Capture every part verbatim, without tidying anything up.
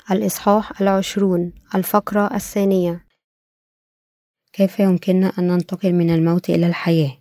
الإصحاح العشرون، الفقرة الثانية. كيف يمكننا أن ننتقل من الموت إلى الحياة؟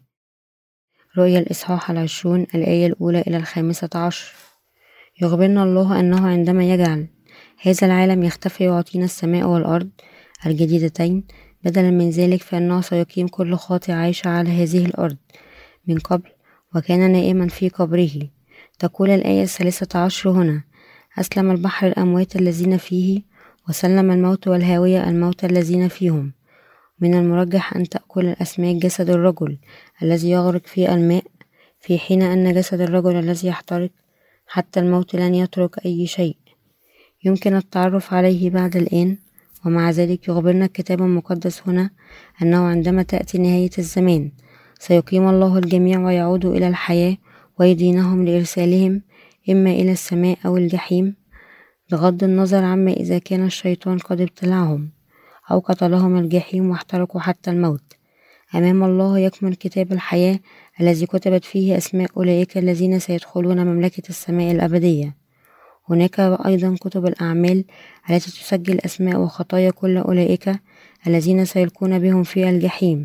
رؤيا الإصحاح العشرون الآية الأولى إلى الخامسة عشر. يخبرنا الله أنه عندما يجعل هذا العالم يختفي ويعطينا السماء والأرض الجديدتين، بدلا من ذلك فإنه سيقيم كل خاطئ عايش على هذه الأرض من قبل وكان نائما في قبره. تقول الآية الثالثة عشر هنا: أسلم البحر الأموات الذين فيه، وسلم الموت والهاوية الموت الذين فيهم. من المرجح أن تأكل الأسماك جسد الرجل الذي يغرق في الماء، في حين أن جسد الرجل الذي يحترق حتى الموت لن يترك أي شيء يمكن التعرف عليه بعد الآن. ومع ذلك يخبرنا الكتاب المقدس هنا أنه عندما تأتي نهاية الزمان سيقيم الله الجميع ويعودوا إلى الحياة ويدينهم لإرسالهم إما إلى السماء أو الجحيم، بغض النظر عما إذا كان الشيطان قد ابتلعهم أو قتلهم الجحيم واحترقوا حتى الموت. أمام الله يكمن كتاب الحياة الذي كتبت فيه أسماء أولئك الذين سيدخلون مملكة السماء الأبدية. هناك أيضا كتب الأعمال التي تسجل أسماء وخطايا كل أولئك الذين سيلقون بهم في الجحيم.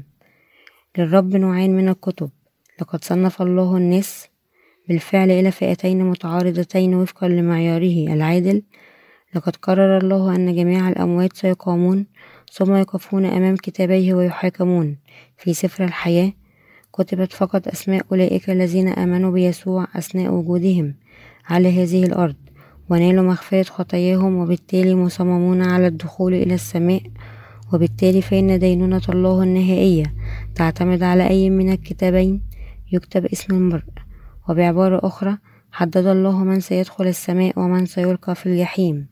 للرب نوعين من الكتب، لقد صنف الله الناس بالفعل إلى فئتين متعارضتين وفقا لمعياره العادل. لقد قرر الله أن جميع الأموات سيقامون ثم يقفون أمام كتابيه ويحاكمون. في سفر الحياة كتبت فقط أسماء أولئك الذين آمنوا بيسوع أثناء وجودهم على هذه الأرض ونالوا مغفرة خطاياهم، وبالتالي مصممون على الدخول إلى السماء. وبالتالي فإن دينونة الله النهائية تعتمد على أي من الكتابين يكتب اسم المرء. وبعبارة أخرى حدد الله من سيدخل السماء ومن سيلقى في الجحيم.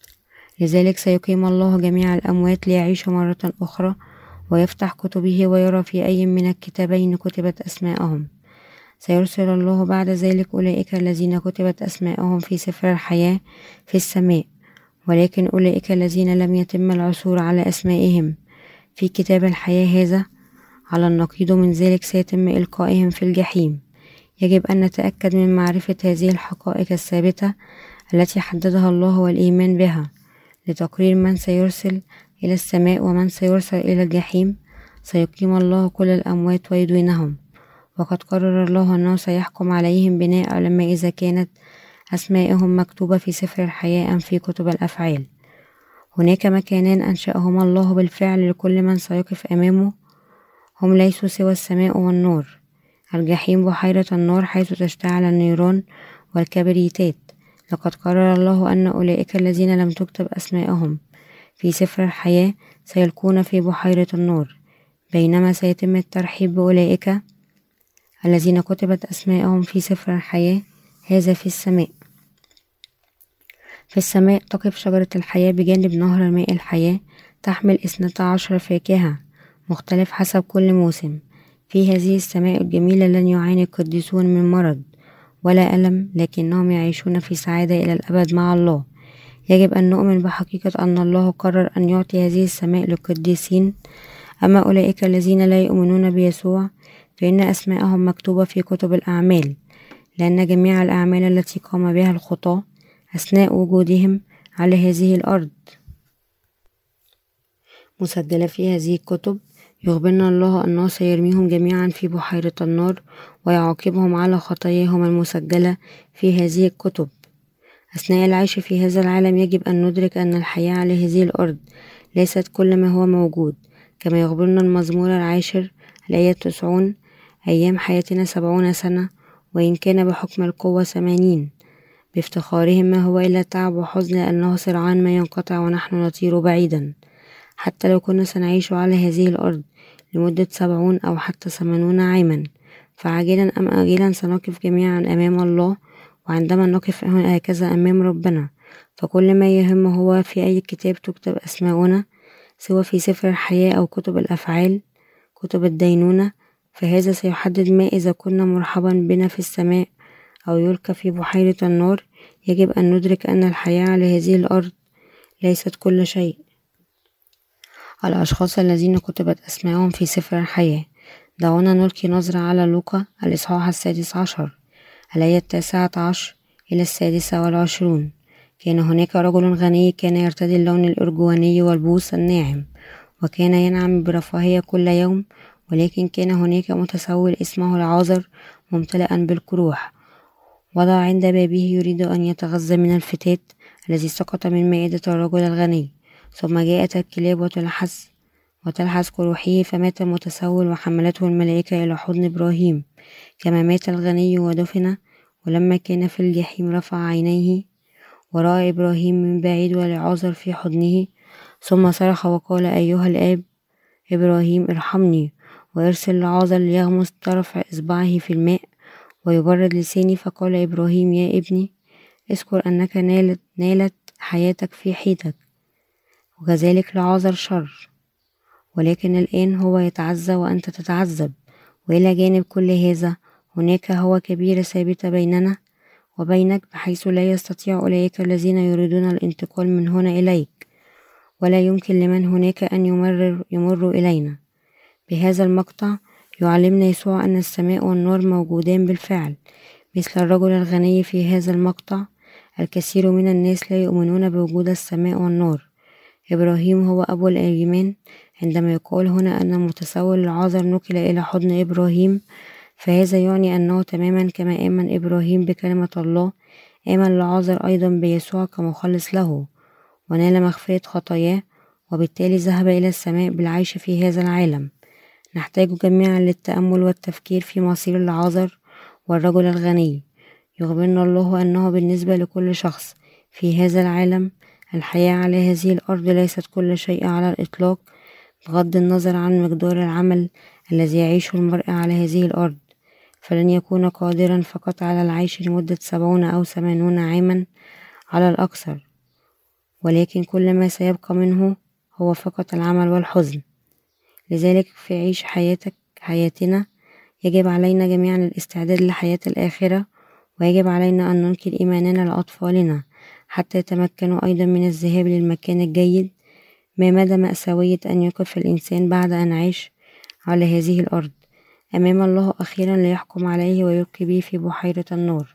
لذلك سيقيم الله جميع الأموات ليعيشوا مرة أخرى ويفتح كتبه ويرى في أي من الكتابين كتبت أسماءهم. سيرسل الله بعد ذلك أولئك الذين كتبت أسماءهم في سفر الحياة في السماء، ولكن أولئك الذين لم يتم العثور على أسمائهم في كتاب الحياة هذا على النقيض من ذلك سيتم إلقائهم في الجحيم. يجب أن نتأكد من معرفة هذه الحقائق الثابتة التي حددها الله والإيمان بها لتقرير من سيرسل إلى السماء ومن سيرسل إلى الجحيم. سيقيم الله كل الأموات ويدينهم، وقد قرر الله أنه سيحكم عليهم بناء على ما إذا كانت أسمائهم مكتوبة في سفر الحياة أم في كتب الأفعال. هناك مكانان أنشأهما الله بالفعل لكل من سيقف أمامه، هم ليسوا سوى السماء والنار. الجحيم بحيرة النار حيث تشتعل النيران والكبريتات. لقد قرر الله أن أولئك الذين لم تكتب أسماءهم في سفر الحياة سيلقون في بحيرة النار، بينما سيتم الترحيب بأولئك الذين كتبت أسماءهم في سفر الحياة هذا في السماء. في السماء تقف شجرة الحياة بجانب نهر ماء الحياة، تحمل اثنتا عشر فاكهة مختلف حسب كل موسم. في هذه السماء الجميلة لن يعاني القديسون من مرض ولا ألم، لكنهم يعيشون في سعادة إلى الأبد مع الله. يجب أن نؤمن بحقيقة أن الله قرر أن يعطي هذه السماء للقديسين. أما أولئك الذين لا يؤمنون بيسوع فإن أسماءهم مكتوبة في كتب الأعمال، لأن جميع الأعمال التي قام بها الخطاة أثناء وجودهم على هذه الأرض مسجلة في هذه الكتب. يخبرنا الله أنه سيرميهم جميعا في بحيرة النار ويعاقبهم على خطاياهم المسجلة في هذه الكتب. أثناء العيش في هذا العالم يجب أن ندرك أن الحياة على هذه الأرض ليست كل ما هو موجود. كما يخبرنا المزمور العاشر الآية تسعون: أيام حياتنا سبعون سنة، وإن كان بحكم القوة ثمانين. بافتخارهم ما هو إلا تعب وحزن، لأنه سرعان ما ينقطع ونحن نطير بعيدا. حتى لو كنا سنعيش على هذه الأرض لمدة سبعون أو حتى ثمانون عاما، فعاجلا أم آجلا سنقف جميعا أمام الله. وعندما نقف هكذا أمام ربنا فكل ما يهم هو في أي كتاب تكتب أسماؤنا، سواء في سفر الحياة أو كتب الأفعال كتب الدينونة. فهذا سيحدد ما إذا كنا مرحبا بنا في السماء أو يلقى في بحيرة النار. يجب أن ندرك أن الحياة على هذه الأرض ليست كل شيء. الأشخاص الذين كتبت أسماءهم في سفر الحياة. دعونا نلقي نظرة على لوقا الإصحاح السادس عشر الآية التاسعة عشر إلى السادسة والعشرون. كان هناك رجل غني كان يرتدي اللون الأرجواني والبوص الناعم، وكان ينعم برفاهية كل يوم، ولكن كان هناك متسول اسمه العازر ممتلئا بالقروح، وضع عند بابه يريد أن يتغذى من الفتات الذي سقط من مائدة الرجل الغني. ثم جاءت الكلاب وتلحس وتلحس قروحه، فمات المتسول وحملته الملائكة إلى حضن إبراهيم، كما مات الغني ودفن. ولما كان في الجحيم رفع عينيه ورأى إبراهيم من بعيد والعازر في حضنه، ثم صرخ وقال: أيها الآب إبراهيم، ارحمني وارسل العازر ليغمس طرف إصبعه في الماء ويبرد لساني. فقال إبراهيم: يا ابني، اذكر أنك نالت, نالت حياتك في حيتك، وكذلك العازر شر، ولكن الآن هو يتعزى وأنت تتعذب، وإلى جانب كل هذا هناك هو كبيرة ثابتة بيننا وبينك، بحيث لا يستطيع أولئك الذين يريدون الانتقال من هنا إليك، ولا يمكن لمن هناك أن يمرر يمروا إلينا. بهذا المقطع يعلمنا يسوع أن السماء والنار موجودان بالفعل مثل الرجل الغني. في هذا المقطع الكثير من الناس لا يؤمنون بوجود السماء والنار. إبراهيم هو أبو الإيمان. عندما يقال هنا أن المتسول العازر نقل إلى حضن إبراهيم، فهذا يعني أنه تماما كما آمن إبراهيم بكلمة الله، آمن العازر أيضا بيسوع كمخلص له، ونال مغفرة خطاياه، وبالتالي ذهب إلى السماء بالعيش في هذا العالم. نحتاج جميعا للتأمل والتفكير في مصير العازر والرجل الغني. يخبرنا الله أنه بالنسبة لكل شخص في هذا العالم، الحياة على هذه الأرض ليست كل شيء على الإطلاق، بغض النظر عن مقدار العمل الذي يعيشه المرء على هذه الأرض، فلن يكون قادرا فقط على العيش لمدة سبعون أو ثمانون عاما على الأكثر، ولكن كل ما سيبقى منه هو فقط العمل والحزن. لذلك في عيش حياتك حياتنا يجب علينا جميعا الاستعداد لحياة الآخرة، ويجب علينا أن ننقل إيماننا لأطفالنا حتى يتمكنوا أيضا من الذهاب للمكان الجيد. ما مدى مأساوية أن يقف الإنسان بعد أن عاش على هذه الأرض أمام الله أخيرا ليحكم عليه ويلقي به في بحيرة النار.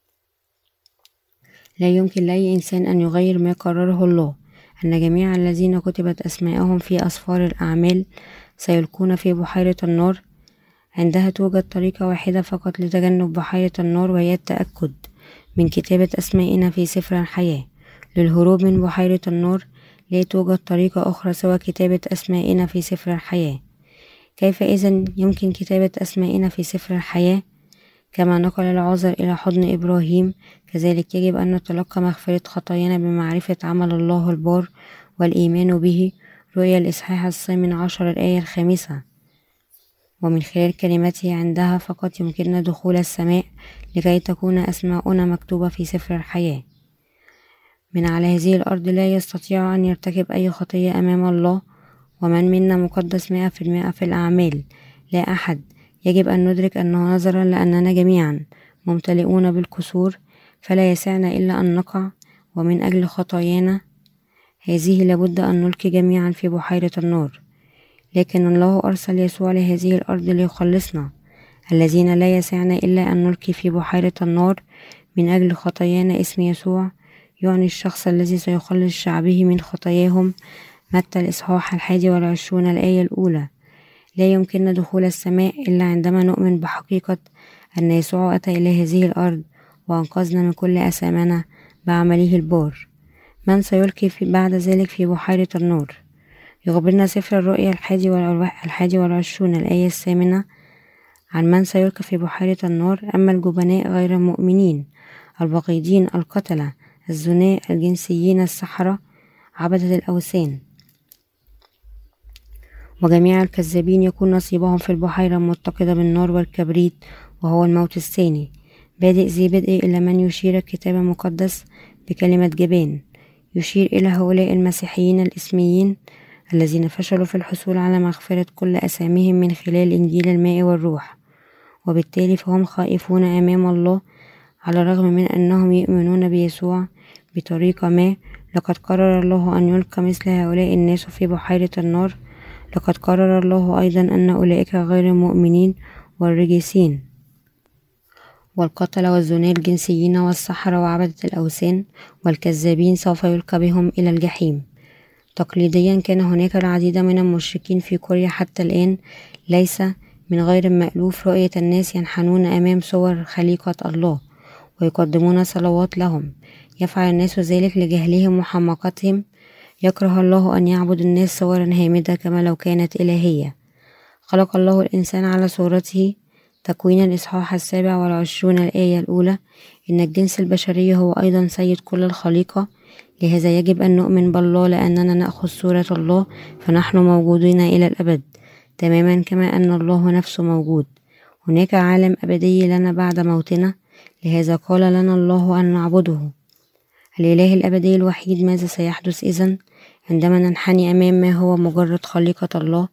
لا يمكن لأي إنسان أن يغير ما قرره الله، أن جميع الذين كتبت أسماءهم في أسفار الأعمال سيلقون في بحيرة النار. عندها توجد طريقة واحدة فقط لتجنب بحيرة النار، وهي التأكد من كتابة أسمائنا في سفر الحياة. للهروب من بحيرة النار لا توجد طريقة أخرى سوى كتابة أسمائنا في سفر الحياة. كيف إذن يمكن كتابة أسمائنا في سفر الحياة؟ كما نقل العازر إلى حضن إبراهيم، كذلك يجب أن نتلقى مغفرة خطايانا بمعرفة عمل الله البار والإيمان به. رؤيا الإصحاح الثامن عشر الآية الخامسة. ومن خلال كلمته عندها فقط يمكننا دخول السماء لكي تكون أسماؤنا مكتوبة في سفر الحياة. من على هذه الأرض لا يستطيع أن يرتكب أي خطية أمام الله، ومن منا مقدس مئة في المئة في الأعمال؟ لا أحد. يجب أن ندرك أنه نظرا لأننا جميعا ممتلئون بالكسور فلا يسعنا إلا أن نقع، ومن أجل خطايانا هذه لابد أن نلقي جميعا في بحيرة النار. لكن الله أرسل يسوع لهذه الأرض ليخلصنا، الذين لا يسعنا إلا أن نلقي في بحيرة النار من أجل خطايانا. اسم يسوع يعني الشخص الذي سيخلص شعبه من خطاياهم. متى الإصحاح الحادي والعشرون الآية الأولى. لا يمكننا دخول السماء إلا عندما نؤمن بحقيقة أن يسوع أتى إلى هذه الأرض وأنقذنا من كل أثامنا بعمله البار. من سيلقي في بعد ذلك في بحيرة النار؟ يخبرنا سفر الرؤيا الحادي الحادي والعشرون الآية الثامنة عن من سيلقى في بحيرة النار: أما الجبناء غير المؤمنين، البغيضين، القتلة، الزناة، الجنسيين، السحرة، عبدة الأوثان، وجميع الكذابين يكون نصيبهم في البحيرة المتقدة بالنار والكبريت، وهو الموت الثاني. بادئ ذي بدء إلى من يشير الكتاب المقدس بكلمة جبان، يشير إلى هؤلاء المسيحيين الإسميين الذين فشلوا في الحصول على مغفرة كل أثامهم من خلال إنجيل الماء والروح، وبالتالي فهم خائفون أمام الله على الرغم من أنهم يؤمنون بيسوع بطريقة ما. لقد قرر الله أن يلقى مثل هؤلاء الناس في بحيرة النار. لقد قرر الله أيضا أن أولئك غير المؤمنين والرجسين والقتلة والزنا الجنسيين والسحرة وعبدة الأوثان والكذابين سوف يلقى بهم إلى الجحيم. تقليديا كان هناك العديد من المشركين في كوريا حتى الآن. ليس من غير المألوف رؤية الناس ينحنون أمام صور خليقة الله ويقدمون صلوات لهم. يفعل الناس ذلك لجهلهم وحماقتهم. يكره الله أن يعبد الناس صورا هامدة كما لو كانت إلهية. خلق الله الإنسان على صورته. تكوين الإصحاح السابع والعشرون الآية الأولى. إن الجنس البشري هو أيضا سيد كل الخليقة، لهذا يجب أن نؤمن بالله لأننا نأخذ صورة الله، فنحن موجودين إلى الأبد تماما كما أن الله نفسه موجود. هناك عالم أبدي لنا بعد موتنا، لهذا قال لنا الله أن نعبده. الإله الأبدي الوحيد. ماذا سيحدث إذن عندما ننحني أمام ما هو مجرد خليقة الله؟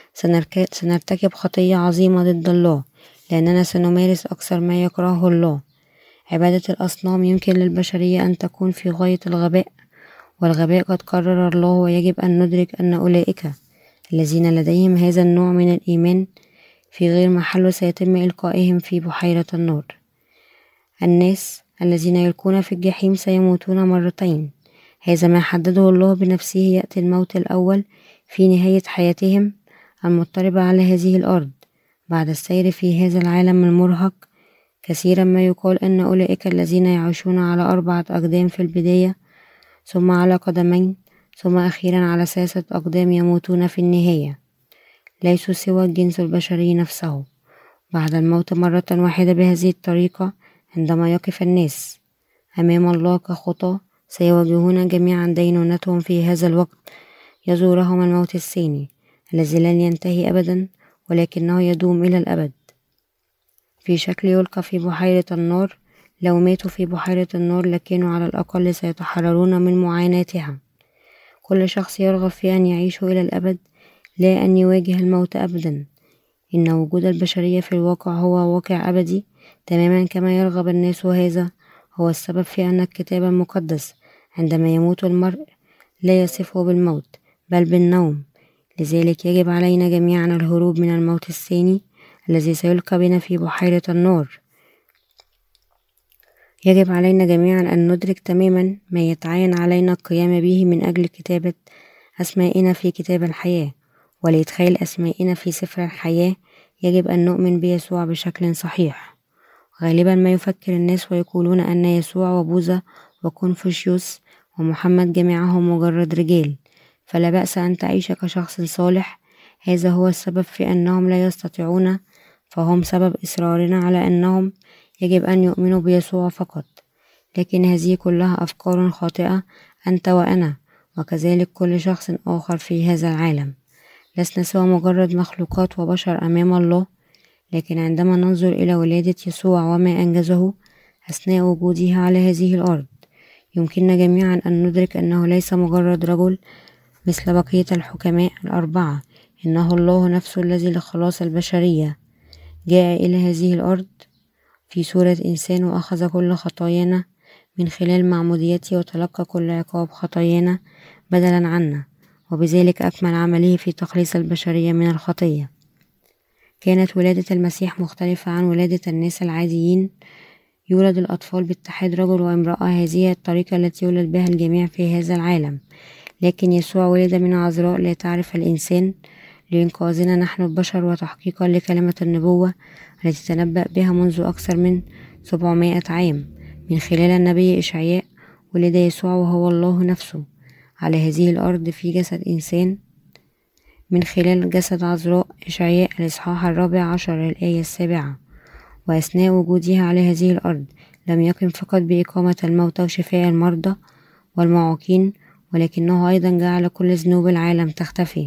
سنرتكب خطية عظيمة ضد الله، لأننا سنمارس أكثر ما يكرهه الله. عبادة الأصنام يمكن للبشرية أن تكون في غاية الغباء، والغباء قد قرر الله، ويجب أن ندرك أن أولئك الذين لديهم هذا النوع من الإيمان في غير محله سيتم إلقائهم في بحيرة النار. الناس الذين يلقون في الجحيم سيموتون مرتين، هذا ما حدده الله بنفسه. يأتي الموت الأول في نهاية حياتهم المضطربة على هذه الأرض بعد السير في هذا العالم المرهق. كثيرا ما يقال أن أولئك الذين يعيشون على أربعة أقدام في البداية، ثم على قدمين، ثم أخيرا على ثلاثة أقدام، يموتون في النهاية. ليسوا سوى الجنس البشري نفسه. بعد الموت مرة واحدة بهذه الطريقة، عندما يقف الناس أمام الله كخطاة، سيواجهون جميعا دينونتهم في هذا الوقت. يزورهم الموت الثاني الذي لن ينتهي أبدا، ولكنه يدوم إلى الأبد في شكل يلقى في بحيرة النار. لو ماتوا في بحيرة النار لكانوا على الأقل سيتحررون من معاناتها. كل شخص يرغب في أن يعيش إلى الأبد، لا أن يواجه الموت أبدا. إن وجود البشرية في الواقع هو واقع أبدي تماما كما يرغب الناس، وهذا هو السبب في أن الكتاب المقدس عندما يموت المرء لا يصفه بالموت بل بالنوم. لذلك يجب علينا جميعا الهروب من الموت الثاني الذي سيلقى بنا في بحيرة النار. يجب علينا جميعا أن ندرك تماما ما يتعين علينا القيام به من أجل كتابة أسمائنا في كتاب الحياة ولإدخال أسمائنا في سفر الحياة. يجب أن نؤمن بيسوع بشكل صحيح. غالبا ما يفكر الناس ويقولون أن يسوع وبوذا وكونفوشيوس ومحمد جميعهم مجرد رجال، فلا بأس أن تعيش كشخص صالح. هذا هو السبب في أنهم لا يستطيعون، فهم سبب إصرارنا على أنهم يجب أن يؤمنوا بيسوع فقط. لكن هذه كلها أفكار خاطئة. أنت وأنا وكذلك كل شخص آخر في هذا العالم لسنا سوى مجرد مخلوقات وبشر أمام الله. لكن عندما ننظر إلى ولادة يسوع وما أنجزه أثناء وجوده على هذه الأرض، يمكننا جميعا أن ندرك أنه ليس مجرد رجل مثل بقية الحكماء الأربعة. إنه الله نفسه الذي لخلاص البشرية جاء إلى هذه الأرض في صورة إنسان، وأخذ كل خطايانا من خلال معموديته، وتلقى كل عقاب خطايانا بدلا عنا، وبذلك أكمل عمله في تخليص البشرية من الخطية. كانت ولادة المسيح مختلفة عن ولادة الناس العاديين. يولد الأطفال باتحاد رجل وامرأة، هذه الطريقة التي يولد بها الجميع في هذا العالم. لكن يسوع ولد من عذراء لا تعرف الإنسان لإنقاذنا نحن البشر وتحقيقا لكلمة النبوة التي تنبأ بها منذ أكثر من سبعمائة عام من خلال النبي إشعياء. ولد يسوع وهو الله نفسه على هذه الأرض في جسد إنسان من خلال جسد عذراء. إشعياء الإصحاح الرابع عشر الآية السابعة. وأثناء وجودها على هذه الأرض لم يقم فقط بإقامة الموتى وشفاء المرضى والمعوقين، ولكنه أيضا جعل كل ذنوب العالم تختفي.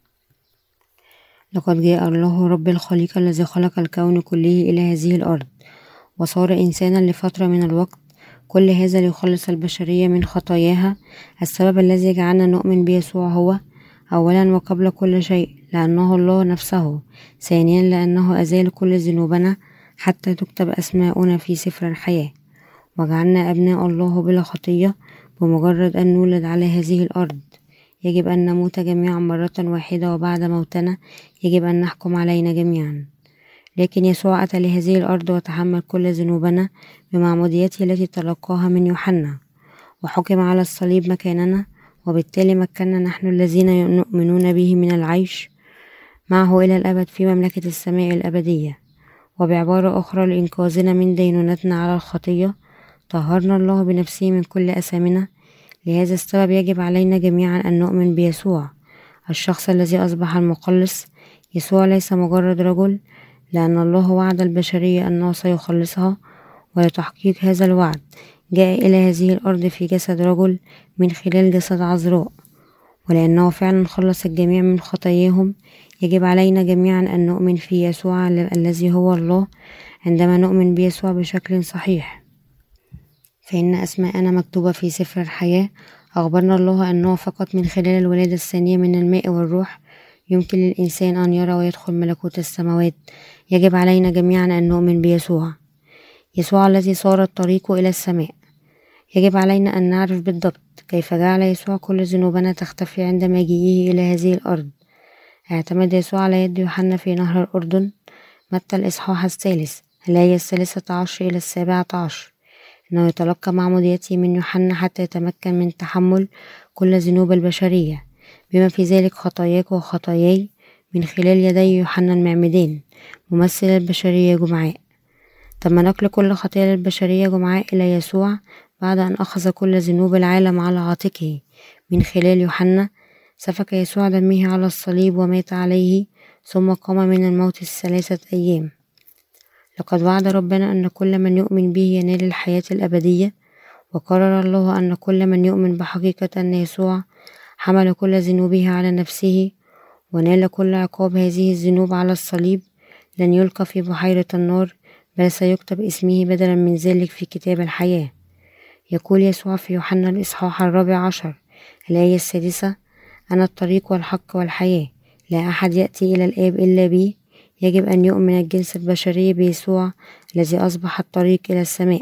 لقد جاء الله رب الخليقة الذي خلق الكون كله إلى هذه الأرض وصار إنسانا لفترة من الوقت، كل هذا ليخلص البشرية من خطاياها. السبب الذي جعلنا نؤمن بيسوع هو أولا وقبل كل شيء لأنه الله نفسه، ثانيا لأنه أزال كل ذنوبنا حتى تكتب أسماؤنا في سفر الحياة، وجعلنا أبناء الله بلا خطية بمجرد أن نولد على هذه الأرض. يجب أن نموت جميعا مرة واحدة، وبعد موتنا يجب أن نحكم علينا جميعا. لكن يسوع أتى لهذه الأرض وتحمل كل ذنوبنا بمعموديته التي تلقاها من يوحنا، وحكم على الصليب مكاننا، وبالتالي مكننا نحن الذين يؤمنون به من العيش معه إلى الأبد في مملكة السماء الأبدية. وبعبارة أخرى لإنقاذنا من دينونتنا على الخطية طهرنا الله بنفسه من كل أثامنا. لهذا السبب يجب علينا جميعا أن نؤمن بيسوع الشخص الذي أصبح المخلص. يسوع ليس مجرد رجل، لأن الله وعد البشرية أنه سيخلصها، ولتحقيق هذا الوعد جاء إلى هذه الأرض في جسد رجل من خلال جسد عذراء. ولأنه فعلا خلص الجميع من خطاياهم، يجب علينا جميعا أن نؤمن في يسوع الذي هو الله. عندما نؤمن بيسوع بشكل صحيح فإن أسماءنا مكتوبة في سفر الحياة. أخبرنا الله أنه فقط من خلال الولادة الثانية من الماء والروح يمكن للإنسان أن يرى ويدخل ملكوت السماوات. يجب علينا جميعا أن نؤمن بيسوع، يسوع الذي صار الطريق إلى السماء. يجب علينا أن نعرف بالضبط كيف جعل يسوع كل ذنوبنا تختفي عند مجيئه إلى هذه الأرض. اعتمد يسوع على يد يوحنا في نهر الأردن. متى الإصحاح الثالث الآية الثالثة عشر إلى السابعة عشر، إنه يتلقى معموديته من يوحنا حتى يتمكن من تحمل كل ذنوب البشرية بما في ذلك خطاياك وخطاياي من خلال يدي يوحنا المعمدان ممثل البشرية جمعاء. تم نقل كل خطايا البشرية جمعاء إلى يسوع بعد أن أخذ كل ذنوب العالم على عاتقه من خلال يوحنا. سفك يسوع دمه على الصليب ومات عليه، ثم قام من الموت الثلاثة أيام. لقد وعد ربنا أن كل من يؤمن به ينال الحياة الأبدية، وقرر الله أن كل من يؤمن بحقيقة أن يسوع حمل كل ذنوبه على نفسه ونال كل عقاب هذه الذنوب على الصليب لن يلقى في بحيرة النار، بل سيكتب اسمه بدلا من ذلك في كتاب الحياة. يقول يسوع في يوحنا الإصحاح الرابع عشر الآية السادسة: أنا الطريق والحق والحياة، لا أحد يأتي إلى الآب إلا بي. يجب أن يؤمن الجنس البشري بيسوع الذي أصبح الطريق إلى السماء.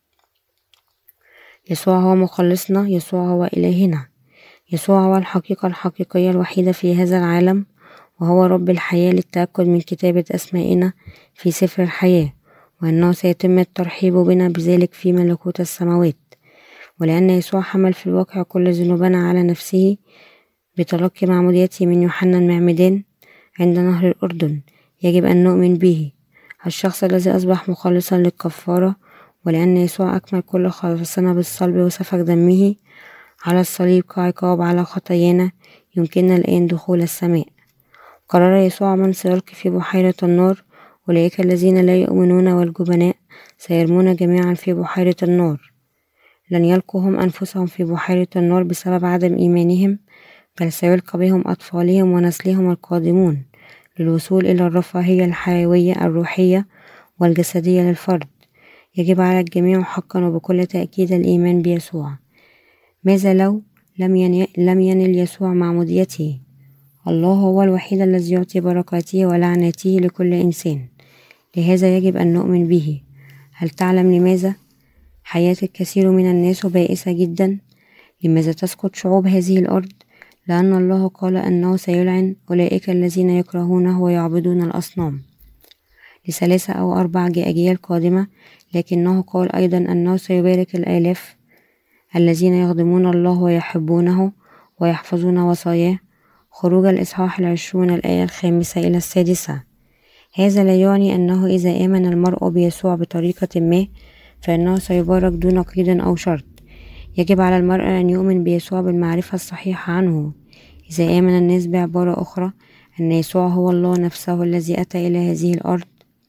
يسوع هو مخلصنا، يسوع هو إلهنا، يسوع هو الحقيقة الحقيقية الوحيدة في هذا العالم، وهو رب الحياة للتأكد من كتابة أسمائنا في سفر الحياة، وأنه سيتم الترحيب بنا بذلك في ملكوت السماوات. ولأن يسوع حمل في الواقع كل ذنوبنا على نفسه بتلقي معموديته من يوحنا المعمدان عند نهر الأردن، يجب أن نؤمن به الشخص الذي أصبح مخلصا للكفارة. ولأن يسوع أكمل كل خلاصنا بالصلب وسفك دمه على الصليب كعقاب على خطايانا، يمكننا الآن دخول السماء. قرر يسوع من سيلقي في بحيرة النار. أولئك الذين لا يؤمنون والجبناء سيرمون جميعا في بحيرة النار. لن يلقوا هم أنفسهم في بحيرة النار بسبب عدم إيمانهم، بل سيلقى بهم أطفالهم ونسلهم القادمون للوصول إلى الرفاهية الحيوية الروحية والجسدية للفرد. يجب على الجميع حقا وبكل تأكيد الإيمان بيسوع. ماذا لو لم, ين... لم ينل يسوع معموديته؟ الله هو الوحيد الذي يعطي بركاته ولعنته لكل إنسان، لهذا يجب أن نؤمن به. هل تعلم لماذا حياة الكثير من الناس بائسة جدا؟ لماذا تسقط شعوب هذه الأرض؟ لأن الله قال أنه سيلعن أولئك الذين يكرهونه ويعبدون الأصنام لثلاثة أو أربع أجيال قادمة، لكنه قال أيضا أنه سيبارك الآلاف الذين يخدمون الله ويحبونه ويحفظون وصاياه. خروج الإصحاح العشرون الآية الخامسة إلى السادسة. هذا لا يعني أنه إذا آمن المرء بيسوع بطريقة ما فإنه سيبارك دون قيد أو شرط. يجب على المرء أن يؤمن بيسوع بالمعرفة الصحيحة عنه. إذا آمن الناس بعبارة أخرى أن يسوع هو الله نفسه الذي أتى إلى هذه الأرض،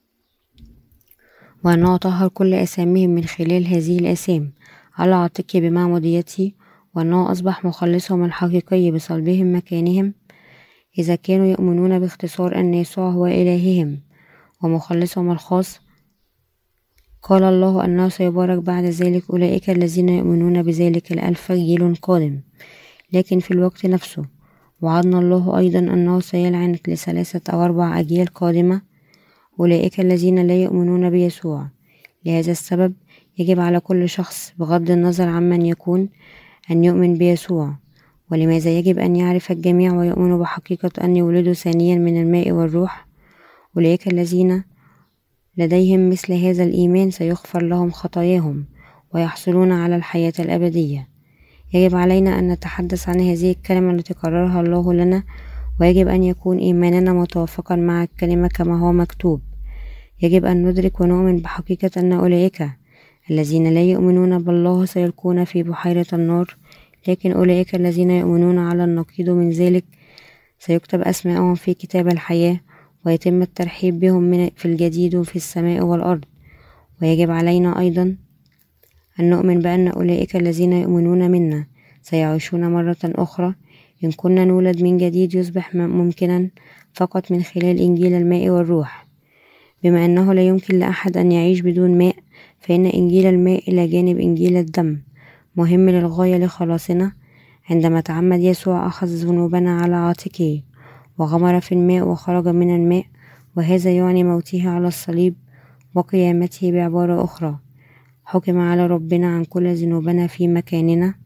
وأنه طهر كل أثامهم من خلال هذه الآثام على عاتقه بمعموديته، وأنه أصبح مخلصهم الحقيقي بصلبهم مكانهم، إذا كانوا يؤمنون باختصار أن يسوع هو إلههم ومخلصهم الخاص، قال الله أنه سيبارك بعد ذلك أولئك الذين يؤمنون بذلك الألف جيل قادم. لكن في الوقت نفسه وعدنا الله أيضا أنه سيلعن لثلاثة أو أربع أجيال قادمة أولئك الذين لا يؤمنون بيسوع. لهذا السبب يجب على كل شخص بغض النظر عمن يكون أن يؤمن بيسوع. ولماذا يجب أن يعرف الجميع ويؤمنوا بحقيقة أن يولدوا ثانيا من الماء والروح؟ أولئك الذين لديهم مثل هذا الإيمان سيغفر لهم خطاياهم ويحصلون على الحياة الأبدية. يجب علينا أن نتحدث عن هذه الكلمة التي قررها الله لنا، ويجب أن يكون إيماننا متوافقا مع الكلمة كما هو مكتوب. يجب أن ندرك ونؤمن بحقيقة أن أولئك الذين لا يؤمنون بالله سيلقون في بحيرة النار، لكن أولئك الذين يؤمنون على النقيض من ذلك سيكتب أسماءهم في كتاب الحياة، ويتم الترحيب بهم في الجديد في السماء والأرض. ويجب علينا أيضا أن نؤمن بأن أولئك الذين يؤمنون منا سيعيشون مرة أخرى. إن كنا نولد من جديد يصبح ممكنا فقط من خلال إنجيل الماء والروح. بما أنه لا يمكن لأحد أن يعيش بدون ماء، فإن إنجيل الماء إلى جانب إنجيل الدم مهم للغاية لخلاصنا. عندما تعمد يسوع أخذ ذنوبنا على عاتقه وغمر في الماء وخرج من الماء، وهذا يعني موته على الصليب وقيامته. بعبارة أخرى، حكم على ربنا عن كل ذنوبنا في مكاننا،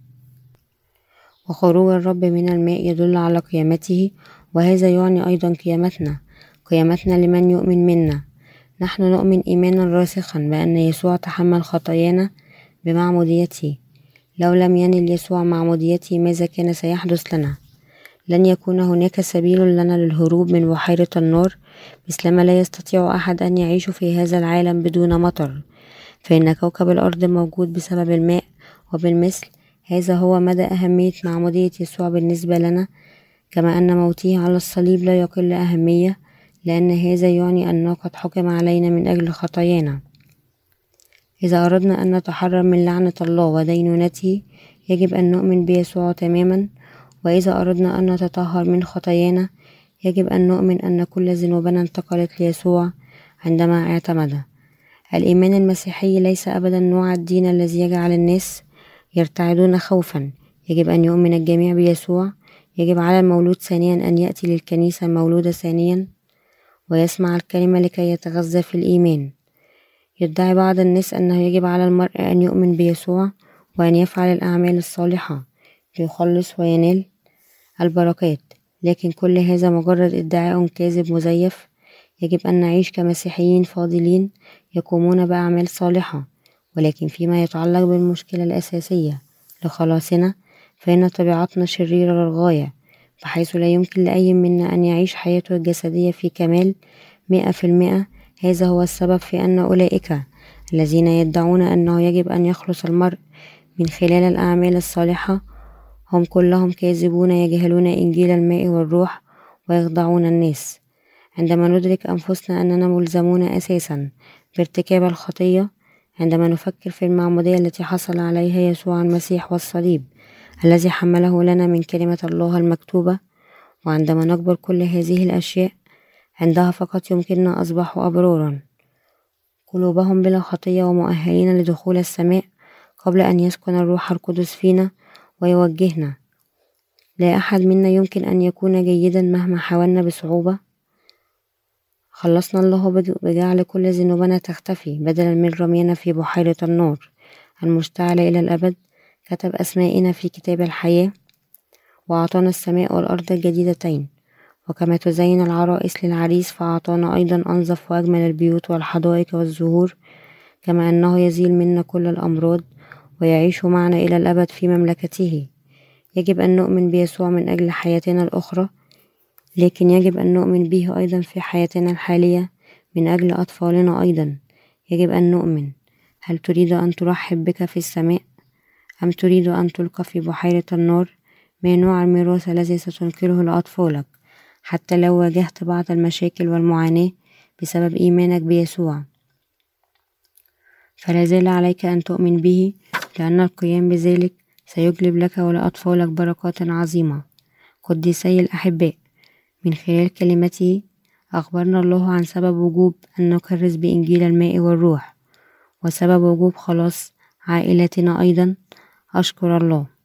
وخروج الرب من الماء يدل على قيامته، وهذا يعني أيضا قيامتنا قيامتنا لمن يؤمن منا. نحن نؤمن إيمانا راسخا بأن يسوع تحمل خطايانا بمعموديته. لو لم ينل يسوع معموديته ماذا كان سيحدث لنا؟ لن يكون هناك سبيل لنا للهروب من بحيرة النار، مثلما لا يستطيع أحد أن يعيش في هذا العالم بدون مطر، فإن كوكب الأرض موجود بسبب الماء. وبالمثل هذا هو مدى أهمية معمودية يسوع بالنسبة لنا، كما أن موته على الصليب لا يقل أهمية، لأن هذا يعني أنه قد حكم علينا من أجل خطايانا. إذا أردنا أن نتحرر من لعنة الله ودينونته يجب أن نؤمن بيسوع تماما، وإذا أردنا أن نتطهر من خطايانا يجب أن نؤمن أن كل ذنوبنا انتقلت ليسوع عندما اعتمد. الإيمان المسيحي ليس أبدا نوع الدين الذي يجعل الناس يرتعدون خوفا. يجب أن يؤمن الجميع بيسوع. يجب على المولود ثانيا أن يأتي للكنيسة المولودة ثانيا ويسمع الكلمة لكي يتغذى في الإيمان. يدعي بعض الناس أنه يجب على المرء أن يؤمن بيسوع وأن يفعل الأعمال الصالحة ليخلص وينال البركات، لكن كل هذا مجرد ادعاء كاذب مزيف. يجب أن نعيش كمسيحيين فاضلين يقومون بأعمال صالحة، ولكن فيما يتعلق بالمشكلة الأساسية لخلاصنا فإن طبيعتنا شريرة للغاية، بحيث لا يمكن لأي منا أن يعيش حياته الجسدية في كمال مئة في المئة. هذا هو السبب في أن أولئك الذين يدعون أنه يجب أن يخلص المرء من خلال الأعمال الصالحة هم كلهم كاذبون، يجهلون إنجيل الماء والروح ويخدعون الناس. عندما ندرك أنفسنا أننا ملزمون أساسا بارتكاب الخطية، عندما نفكر في المعمودية التي حصل عليها يسوع المسيح والصليب الذي حمله لنا من كلمة الله المكتوبة، وعندما نقبل كل هذه الأشياء، عندها فقط يمكننا أصبح أبرارا قلوبهم بلا خطية ومؤهلين لدخول السماء قبل أن يسكن الروح القدس فينا ويوجهنا. لا أحد منا يمكن أن يكون جيدا مهما حاولنا بصعوبة. خلصنا الله بجعل كل ذنوبنا تختفي بدلا من رمينا في بحيرة النار المشتعلة إلى الأبد. كتب أسمائنا في كتاب الحياة وأعطانا السماء والأرض الجديدتين. وكما تزين العرائس للعريس فأعطانا أيضا أنظف وأجمل البيوت والحدائق والزهور، كما أنه يزيل منا كل الأمراض ويعيش معنا إلى الأبد في مملكته. يجب أن نؤمن بيسوع من أجل حياتنا الأخرى، لكن يجب أن نؤمن به أيضا في حياتنا الحالية من أجل أطفالنا أيضا. يجب أن نؤمن. هل تريد أن ترحب بك في السماء أم تريد أن تلقى في بحيرة النار؟ ما نوع الميراث الذي ستنقله لأطفالك حتى لو واجهت بعض المشاكل والمعاناة بسبب إيمانك بيسوع؟ فلا زال عليك أن تؤمن به، لأن القيام بذلك سيجلب لك ولأطفالك بركات عظيمة. قديسي الأحباء، من خلال كلمته أخبرنا الله عن سبب وجوب أن نكرس بإنجيل الماء والروح، وسبب وجوب خلاص عائلتنا أيضا. أشكر الله.